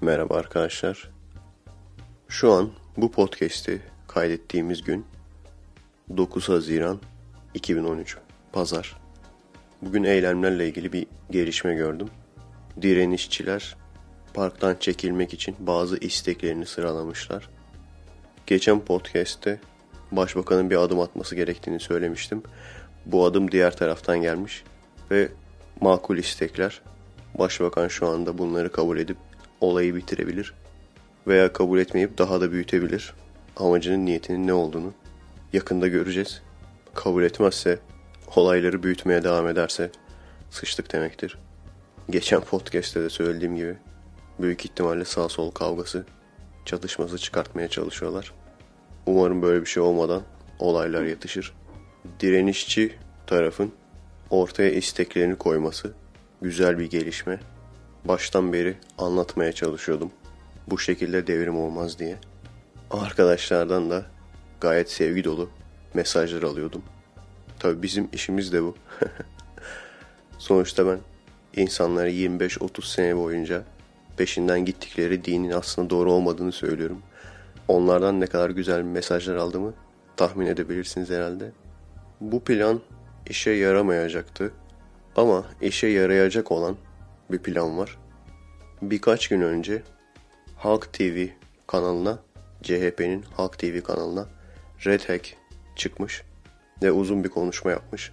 Merhaba arkadaşlar. Şu an bu podcast'i kaydettiğimiz gün 9 Haziran 2013 Pazar. Bugün eylemlerle ilgili bir gelişme gördüm. Direnişçiler parktan çekilmek için bazı isteklerini sıralamışlar. Geçen podcast'te başbakanın bir adım atması gerektiğini söylemiştim. Bu adım diğer taraftan gelmiş ve makul istekler. Başbakan şu anda bunları kabul edip olayı bitirebilir veya kabul etmeyip daha da büyütebilir. Amacının, niyetinin ne olduğunu yakında göreceğiz. Kabul etmezse, olayları büyütmeye devam ederse sıçtık demektir. Geçen podcast'te de söylediğim gibi büyük ihtimalle sağ sol kavgası, çatışması çıkartmaya çalışıyorlar. Umarım böyle bir şey olmadan olaylar yatışır. Direnişçi tarafın ortaya isteklerini koyması güzel bir gelişme. Baştan beri anlatmaya çalışıyordum. Bu şekilde devrim olmaz diye. Arkadaşlardan da gayet sevgi dolu mesajlar alıyordum. Tabii bizim işimiz de bu. Sonuçta ben insanlara 25-30 sene boyunca peşinden gittikleri dinin aslında doğru olmadığını söylüyorum. Onlardan ne kadar güzel mesajlar aldığımı tahmin edebilirsiniz herhalde. Bu plan işe yaramayacaktı. Ama işe yarayacak olan bir plan var. Birkaç gün önce Halk TV kanalına, CHP'nin Halk TV kanalına Red Hack çıkmış ve uzun bir konuşma yapmış.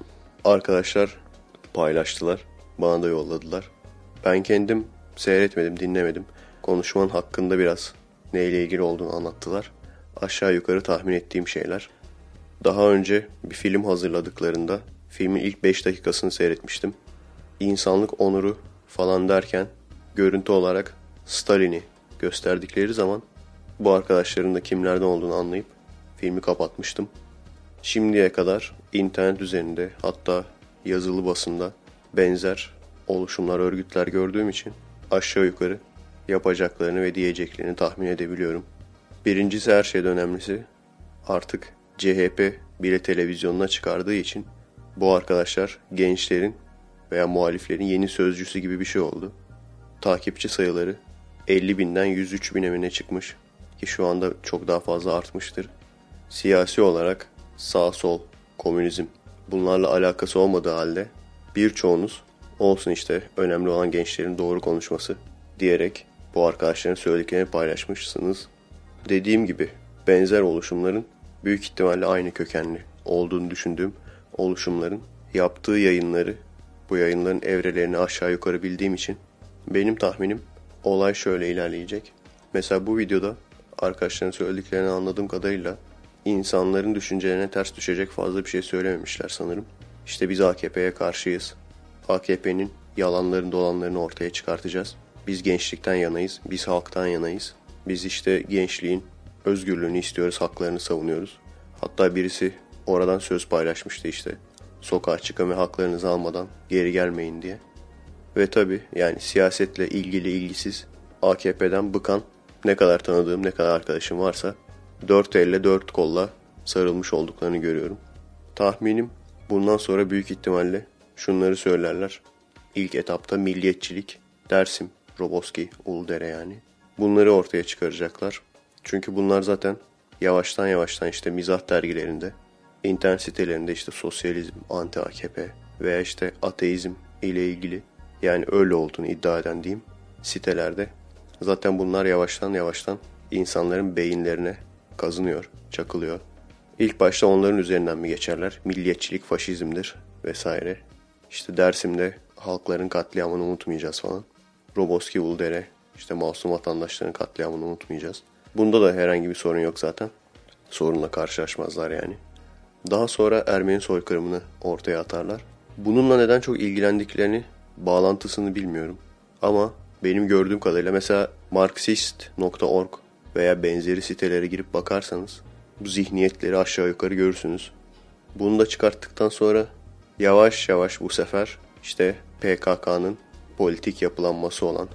Arkadaşlar paylaştılar, bana da yolladılar. Ben kendim seyretmedim, dinlemedim. Konuşmanın hakkında biraz neyle ilgili olduğunu anlattılar. Aşağı yukarı tahmin ettiğim şeyler. Daha önce bir film hazırladıklarında filmin ilk 5 dakikasını seyretmiştim. İnsanlık onuru falan derken görüntü olarak Stalin'i gösterdikleri zaman bu arkadaşların da kimlerden olduğunu anlayıp filmi kapatmıştım. Şimdiye kadar internet üzerinde, hatta yazılı basında benzer oluşumlar, örgütler gördüğüm için aşağı yukarı yapacaklarını ve diyeceklerini tahmin edebiliyorum. Birincisi, her şeyden önemlisi, artık CHP bile televizyonuna çıkardığı için bu arkadaşlar gençlerin veya muhaliflerin yeni sözcüsü gibi bir şey oldu. Takipçi sayıları 50.000'den 103.000'e çıkmış ki şu anda çok daha fazla artmıştır. Siyasi olarak sağ sol, komünizm bunlarla alakası olmadığı halde birçoğunuz olsun işte önemli olan gençlerin doğru konuşması diyerek bu arkadaşların söylediklerini paylaşmışsınız. Dediğim gibi benzer oluşumların büyük ihtimalle aynı kökenli olduğunu düşündüğüm oluşumların yaptığı yayınları, bu yayınların evrelerini aşağı yukarı bildiğim için benim tahminim olay şöyle ilerleyecek. Mesela bu videoda arkadaşların söylediklerini anladığım kadarıyla insanların düşüncelerine ters düşecek fazla bir şey söylememişler sanırım. İşte biz AKP'ye karşıyız. AKP'nin yalanların dolanlarını ortaya çıkartacağız. Biz gençlikten yanayız, biz halktan yanayız. Biz işte gençliğin özgürlüğünü istiyoruz, haklarını savunuyoruz. Hatta birisi oradan söz paylaşmıştı işte. Sokağa çıkın ve haklarınızı almadan geri gelmeyin diye. Ve tabii yani siyasetle ilgili ilgisiz AKP'den bıkan ne kadar tanıdığım, ne kadar arkadaşım varsa dört elle dört kolla sarılmış olduklarını görüyorum. Tahminim bundan sonra büyük ihtimalle şunları söylerler. İlk etapta milliyetçilik, Dersim, Roboski, Uludere yani. Bunları ortaya çıkaracaklar. Çünkü bunlar zaten yavaştan işte mizah dergilerinde, internet sitelerinde işte sosyalizm, anti-AKP veya işte ateizm ile ilgili, yani öyle olduğunu iddia eden diyeyim, sitelerde zaten bunlar yavaştan insanların beyinlerine kazınıyor, çakılıyor. İlk başta onların üzerinden mi geçerler? Milliyetçilik faşizmdir vesaire. İşte Dersim'de halkların katliamını unutmayacağız falan. Roboski, Uludere, işte masum vatandaşların katliamını unutmayacağız. Bunda da herhangi bir sorun yok zaten. Sorunla karşılaşmazlar yani. Daha sonra Ermeni soykırımını ortaya atarlar. Bununla neden çok ilgilendiklerini, bağlantısını bilmiyorum. Ama benim gördüğüm kadarıyla mesela Marxist.org veya benzeri sitelere girip bakarsanız bu zihniyetleri aşağı yukarı görürsünüz. Bunu da çıkarttıktan sonra yavaş bu sefer işte PKK'nın politik yapılanması olan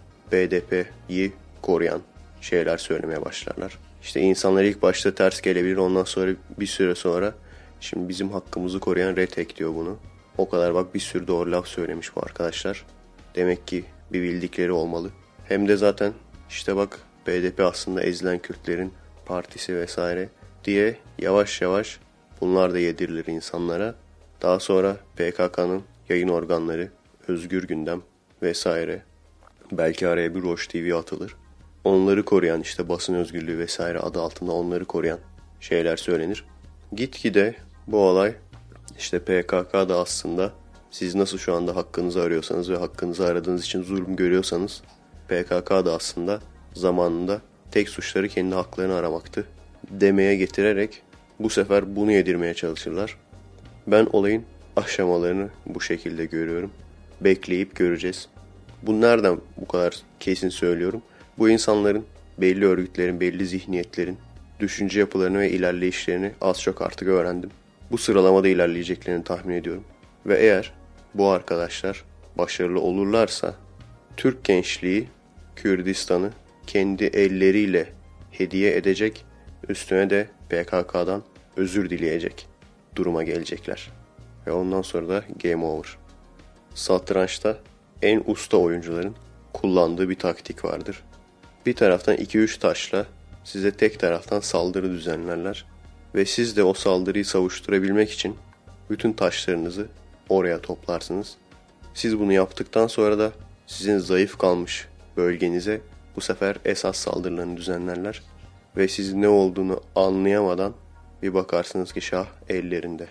BDP'yi koruyan şeyler söylemeye başlarlar. İşte insanlar ilk başta ters gelebilir, ondan sonra bir süre sonra şimdi bizim hakkımızı koruyan Red Hack diyor bunu. O kadar bak, bir sürü doğru laf söylemiş bu arkadaşlar. Demek ki bir bildikleri olmalı. Hem de zaten İşte bak BDP aslında ezilen Kürtlerin partisi vesaire diye yavaş yavaş bunlar da yedirilir insanlara. Daha sonra PKK'nın yayın organları, Özgür Gündem vesaire, belki araya bir Roş TV atılır. Onları koruyan işte basın özgürlüğü vesaire adı altında onları koruyan şeyler söylenir. Gitgide bu olay işte PKK da aslında siz nasıl şu anda hakkınızı arıyorsanız ve hakkınızı aradığınız için zulüm görüyorsanız PKK da aslında zamanında tek suçları kendi haklarını aramaktı demeye getirerek bu sefer bunu yedirmeye çalışırlar. Ben olayın aşamalarını bu şekilde görüyorum. Bekleyip göreceğiz. Bu nereden bu kadar kesin söylüyorum? Bu insanların, belli örgütlerin, belli zihniyetlerin düşünce yapılarını ve ilerleyişlerini az çok artık öğrendim. Bu sıralamada ilerleyeceklerini tahmin ediyorum. Ve eğer bu arkadaşlar başarılı olurlarsa Türk gençliği Kürdistan'ı kendi elleriyle hediye edecek, üstüne de PKK'dan özür dileyecek duruma gelecekler. Ve ondan sonra da game over. Satrançta en usta oyuncuların kullandığı bir taktik vardır. Bir taraftan 2-3 taşla size tek taraftan saldırı düzenlerler. Ve siz de o saldırıyı savuşturabilmek için bütün taşlarınızı oraya toplarsınız. Siz bunu yaptıktan sonra da sizin zayıf kalmış bölgenize bu sefer esas saldırılarını düzenlerler. Ve siz ne olduğunu anlayamadan bir bakarsınız ki şah ellerinde.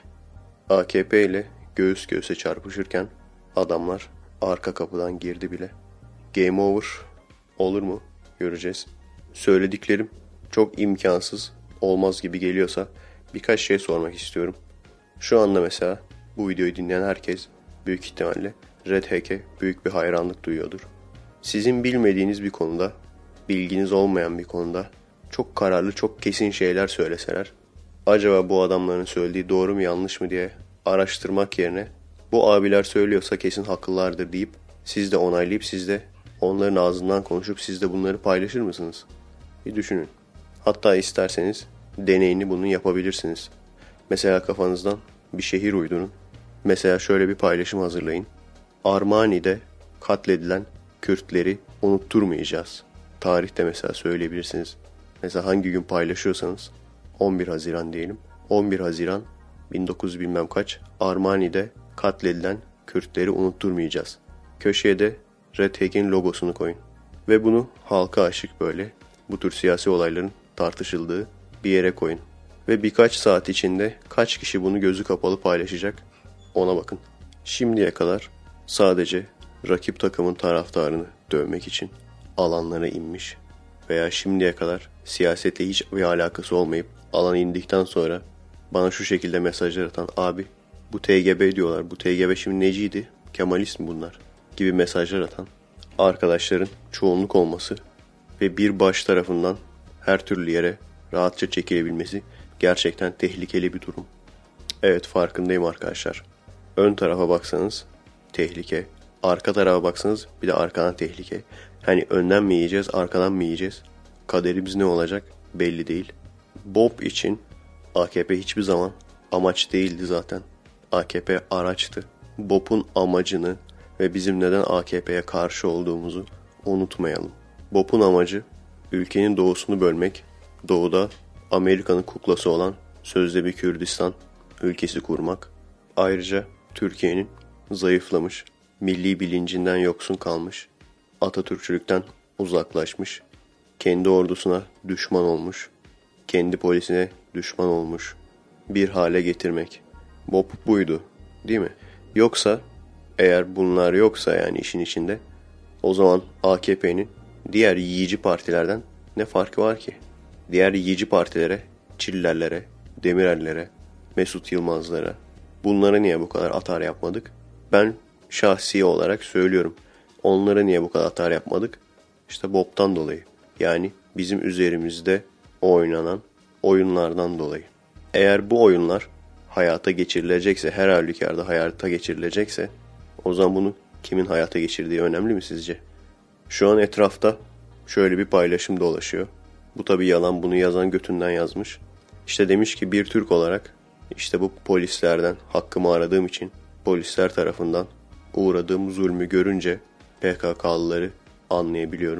AKP ile göğüs göğüse çarpışırken adamlar arka kapıdan girdi bile. Game over olur mu? Göreceğiz. Söylediklerim çok imkansız, olmaz gibi geliyorsa birkaç şey sormak istiyorum. Şu anda mesela bu videoyu dinleyen herkes büyük ihtimalle Red Hack'e büyük bir hayranlık duyuyordur. Sizin bilmediğiniz bir konuda, bilginiz olmayan bir konuda çok kararlı, çok kesin şeyler söyleseler, acaba bu adamların söylediği doğru mu yanlış mı diye araştırmak yerine bu abiler söylüyorsa kesin haklılardır deyip siz de onaylayıp siz de onların ağzından konuşup siz de bunları paylaşır mısınız? Bir düşünün. Hatta isterseniz deneyini bunu yapabilirsiniz. Mesela kafanızdan bir şehir uydurun. Mesela şöyle bir paylaşım hazırlayın. Armani'de katledilen Kürtleri unutturmayacağız. Tarihte mesela söyleyebilirsiniz. Mesela hangi gün paylaşıyorsanız 11 Haziran diyelim. 11 Haziran 1900 bilmem kaç Armani'de katledilen Kürtleri unutturmayacağız. Köşeye de Red Hack'in logosunu koyun. Ve bunu halka açık böyle bu tür siyasi olayların tartışıldığı bir yere koyun. Ve birkaç saat içinde kaç kişi bunu gözü kapalı paylaşacak ona bakın. Şimdiye kadar sadece rakip takımın taraftarını dövmek için alanlara inmiş veya şimdiye kadar siyasetle hiç bir alakası olmayıp alana indikten sonra bana şu şekilde mesajlar atan abi bu TGB diyorlar, bu TGB şimdi neciydi, Kemalist mi bunlar gibi mesajlar atan arkadaşların çoğunluk olması ve bir baş tarafından her türlü yere rahatça çekilebilmesi gerçekten tehlikeli bir durum. Evet farkındayım arkadaşlar. Ön tarafa baksanız tehlike, arka tarafa baksanız bir de arkadan tehlike. Hani önden mi yiyeceğiz, arkadan mı yiyeceğiz? Kaderimiz ne olacak belli değil. BOP için AKP hiçbir zaman amaç değildi zaten. AKP araçtı. BOP'un amacını ve bizim neden AKP'ye karşı olduğumuzu unutmayalım. BOP'un amacı ülkenin doğusunu bölmek, doğuda Amerika'nın kuklası olan sözde bir Kürdistan ülkesi kurmak. Ayrıca Türkiye'nin zayıflamış, milli bilincinden yoksun kalmış, Atatürkçülükten uzaklaşmış, kendi ordusuna düşman olmuş, kendi polisine düşman olmuş bir hale getirmek. BOP buydu, değil mi? Yoksa, eğer bunlar yoksa yani işin içinde, o zaman AKP'nin diğer yiyici partilerden ne farkı var ki? Diğer yiyici partilere, Çillerlere, Demirel'lere, Mesut Yılmazlara, bunlara niye bu kadar atar yapmadık? Ben şahsi olarak söylüyorum. Onlara niye bu kadar atar yapmadık? İşte BOP'tan dolayı. Yani bizim üzerimizde oynanan oyunlardan dolayı. Eğer bu oyunlar hayata geçirilecekse, her halükarda hayata geçirilecekse, o zaman bunu kimin hayata geçirdiği önemli mi sizce? Şu an etrafta şöyle bir paylaşım dolaşıyor. Bu tabii yalan, bunu yazan götünden yazmış. İşte demiş ki bir Türk olarak işte bu polislerden hakkımı aradığım için polisler tarafından uğradığım zulmü görünce PKK'lıları anlayabiliyorum,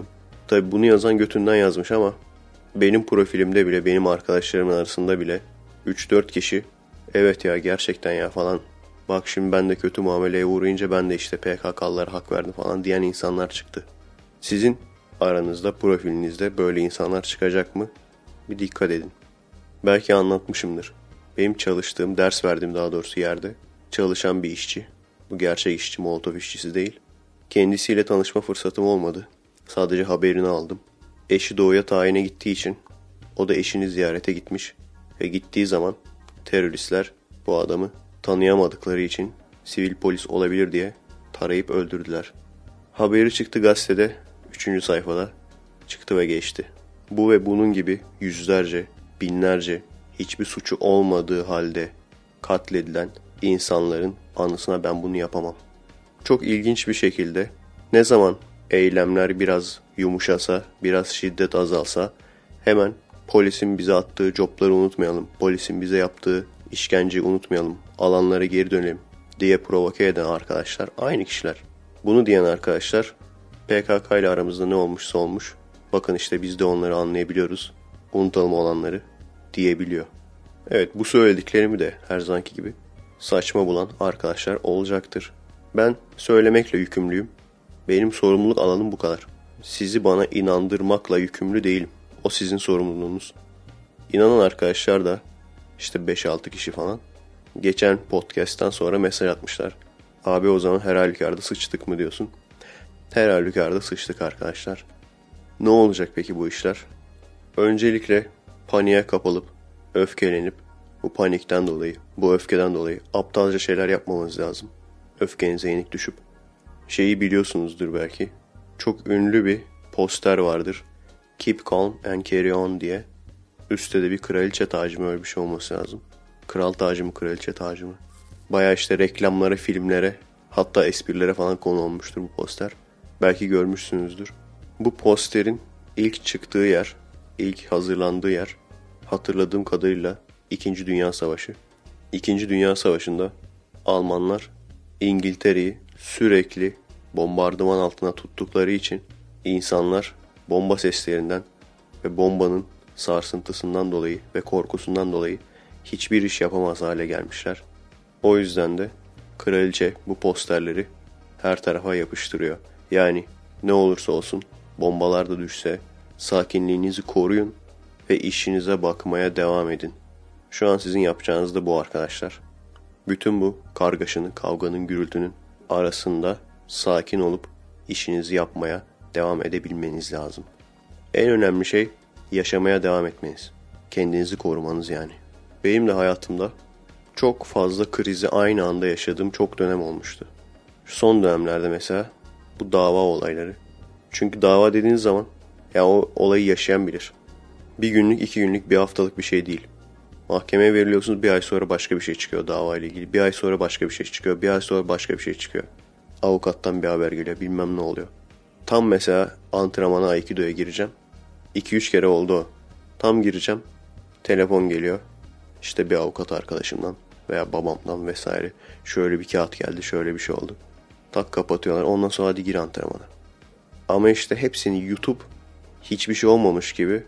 Tabi bunu yazan götünden yazmış ama benim profilimde bile, benim arkadaşlarımın arasında bile 3-4 kişi evet ya gerçekten ya falan, bak şimdi ben de kötü muameleye uğrayınca ben de işte PKK'lılara hak verdim falan diyen insanlar çıktı. Sizin aranızda, profilinizde böyle insanlar çıkacak mı? Bir dikkat edin. Belki anlatmışımdır. Benim çalıştığım, ders verdiğim daha doğrusu yerde çalışan bir işçi. Bu gerçek işçi, Molotov işçisi değil. Kendisiyle tanışma fırsatım olmadı. Sadece haberini aldım. Eşi doğuya tayine gittiği için o da eşini ziyarete gitmiş. Ve gittiği zaman teröristler bu adamı tanıyamadıkları için sivil polis olabilir diye tarayıp öldürdüler. Haberi çıktı gazetede, 3. sayfada çıktı ve geçti. Bu ve bunun gibi yüzlerce, binlerce hiçbir suçu olmadığı halde katledilen insanların anısına ben bunu yapamam. Çok ilginç bir şekilde ne zaman eylemler biraz yumuşasa, biraz şiddet azalsa hemen polisin bize attığı copları unutmayalım, polisin bize yaptığı işkenceyi unutmayalım, alanlara geri dönelim diye provoke eden arkadaşlar aynı kişiler. Bunu diyen arkadaşlar PKK ile aramızda ne olmuşsa olmuş, bakın işte biz de onları anlayabiliyoruz, unutalım olanları diyebiliyor. Evet, bu söylediklerimi de her zamanki gibi saçma bulan arkadaşlar olacaktır. Ben söylemekle yükümlüyüm. Benim sorumluluk alanım bu kadar. Sizi bana inandırmakla yükümlü değilim. O sizin sorumluluğunuz. İnanan arkadaşlar da işte 5-6 kişi falan geçen podcast'tan sonra mesaj atmışlar. Abi o zaman her halükarda sıçtık mı diyorsun? Her halükarda sıçtık arkadaşlar. Ne olacak peki bu işler? Öncelikle paniğe kapılıp, öfkelenip, bu panikten dolayı, bu öfkeden dolayı aptalca şeyler yapmamız lazım. Öfkenize yenik düşüp. Şeyi biliyorsunuzdur belki. Çok ünlü bir poster vardır. Keep calm and carry on diye. Üstte de bir kraliçe tacı mı, öyle bir şey olması lazım. Kral tacı mı, kraliçe tacı mı? Baya işte reklamlara, filmlere, hatta esprilere falan konu olmuştur bu poster. Belki görmüşsünüzdür. Bu posterin ilk çıktığı yer, ilk hazırlandığı yer hatırladığım kadarıyla 2. Dünya Savaşı. 2. Dünya Savaşı'nda Almanlar İngiltere'yi sürekli bombardıman altına tuttukları için insanlar bomba seslerinden ve bombanın sarsıntısından dolayı ve korkusundan dolayı hiçbir iş yapamaz hale gelmişler. O yüzden de kraliçe bu posterleri her tarafa yapıştırıyor. Yani ne olursa olsun, bombalar da düşse sakinliğinizi koruyun ve işinize bakmaya devam edin. Şu an sizin yapacağınız da bu arkadaşlar. Bütün bu kargaşanın, kavganın, gürültünün arasında sakin olup işinizi yapmaya devam edebilmeniz lazım. En önemli şey yaşamaya devam etmeniz. Kendinizi korumanız yani. Benim de hayatımda çok fazla krizi aynı anda yaşadığım çok dönem olmuştu. Şu son dönemlerde mesela bu dava olayları. Çünkü dava dediğiniz zaman ya o olayı yaşayan bilir. Bir günlük, 2 günlük, bir haftalık bir şey değil. Mahkemeye veriliyorsunuz, bir ay sonra başka bir şey çıkıyor dava ile ilgili. Bir ay sonra başka bir şey çıkıyor. Bir ay sonra başka bir şey çıkıyor. Avukattan bir haber geliyor, bilmem ne oluyor. Tam mesela antrenmana, Aikido'ya gireceğim. 2-3 kere oldu o. Tam gireceğim. Telefon geliyor. İşte bir avukat arkadaşımdan veya babamdan vesaire. Şöyle bir kağıt geldi, şöyle bir şey oldu. Tak kapatıyorlar. Ondan sonra hadi gir antrenmana. Ama işte hepsini yutup hiçbir şey olmamış gibi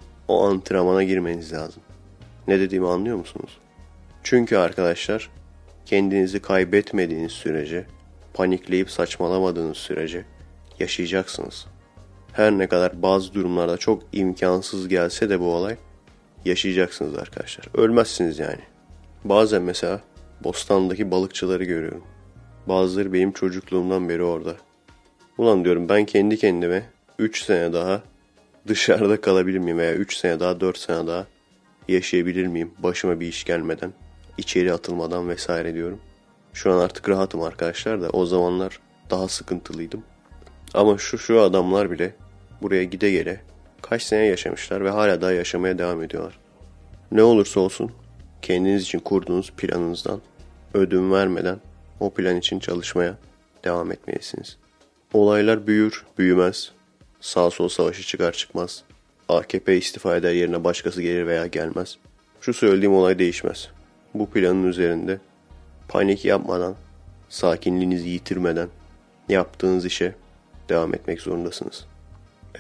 o antrenmana girmeniz lazım. Ne dediğimi anlıyor musunuz? Çünkü arkadaşlar kendinizi kaybetmediğiniz sürece, panikleyip saçmalamadığınız sürece yaşayacaksınız. Her ne kadar bazı durumlarda çok imkansız gelse de bu olay, yaşayacaksınız arkadaşlar. Ölmezsiniz yani. Bazen mesela Bostan'daki balıkçıları görüyorum. Bazıları benim çocukluğumdan beri orada. Ulan diyorum, ben kendi kendime 3 sene daha dışarıda kalabilir miyim veya 3 sene daha, 4 sene daha yaşayabilir miyim başıma bir iş gelmeden, içeri atılmadan vesaire diyorum. Şu an artık rahatım arkadaşlar da o zamanlar daha sıkıntılıydım. Ama şu adamlar bile buraya gide gele kaç sene yaşamışlar ve hala daha yaşamaya devam ediyorlar. Ne olursa olsun kendiniz için kurduğunuz planınızdan ödün vermeden o plan için çalışmaya devam etmelisiniz. Olaylar büyür, büyümez. Sağ sol savaşı çıkar çıkmaz. AKP istifa eder, yerine başkası gelir veya gelmez. Şu söylediğim olay değişmez. Bu planın üzerinde panik yapmadan, sakinliğinizi yitirmeden yaptığınız işe devam etmek zorundasınız.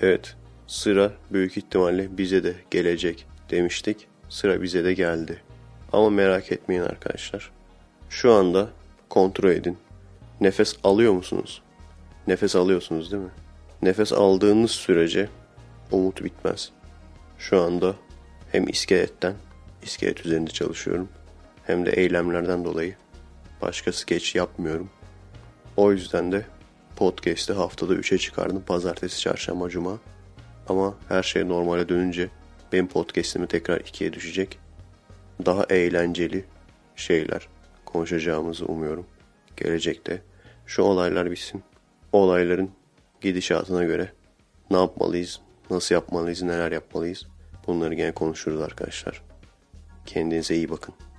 Evet, sıra büyük ihtimalle bize de gelecek demiştik. Sıra bize de geldi. Ama merak etmeyin arkadaşlar. Şu anda kontrol edin. Nefes alıyor musunuz? Nefes alıyorsunuz değil mi? Nefes aldığınız sürece umut bitmez. Şu anda hem iskelet üzerinde çalışıyorum. Hem de eylemlerden dolayı başka skeç yapmıyorum. O yüzden de podcast'i haftada 3'e çıkardım. Pazartesi, çarşamba, cuma. Ama her şey normale dönünce benim podcast'imi tekrar 2'ye düşecek. Daha eğlenceli şeyler konuşacağımızı umuyorum. Gelecekte şu olaylar bitsin. O olayların gidişatına göre ne yapmalıyız, nasıl yapmalıyız, neler yapmalıyız. Bunları gene konuşuruz arkadaşlar. Kendinize iyi bakın.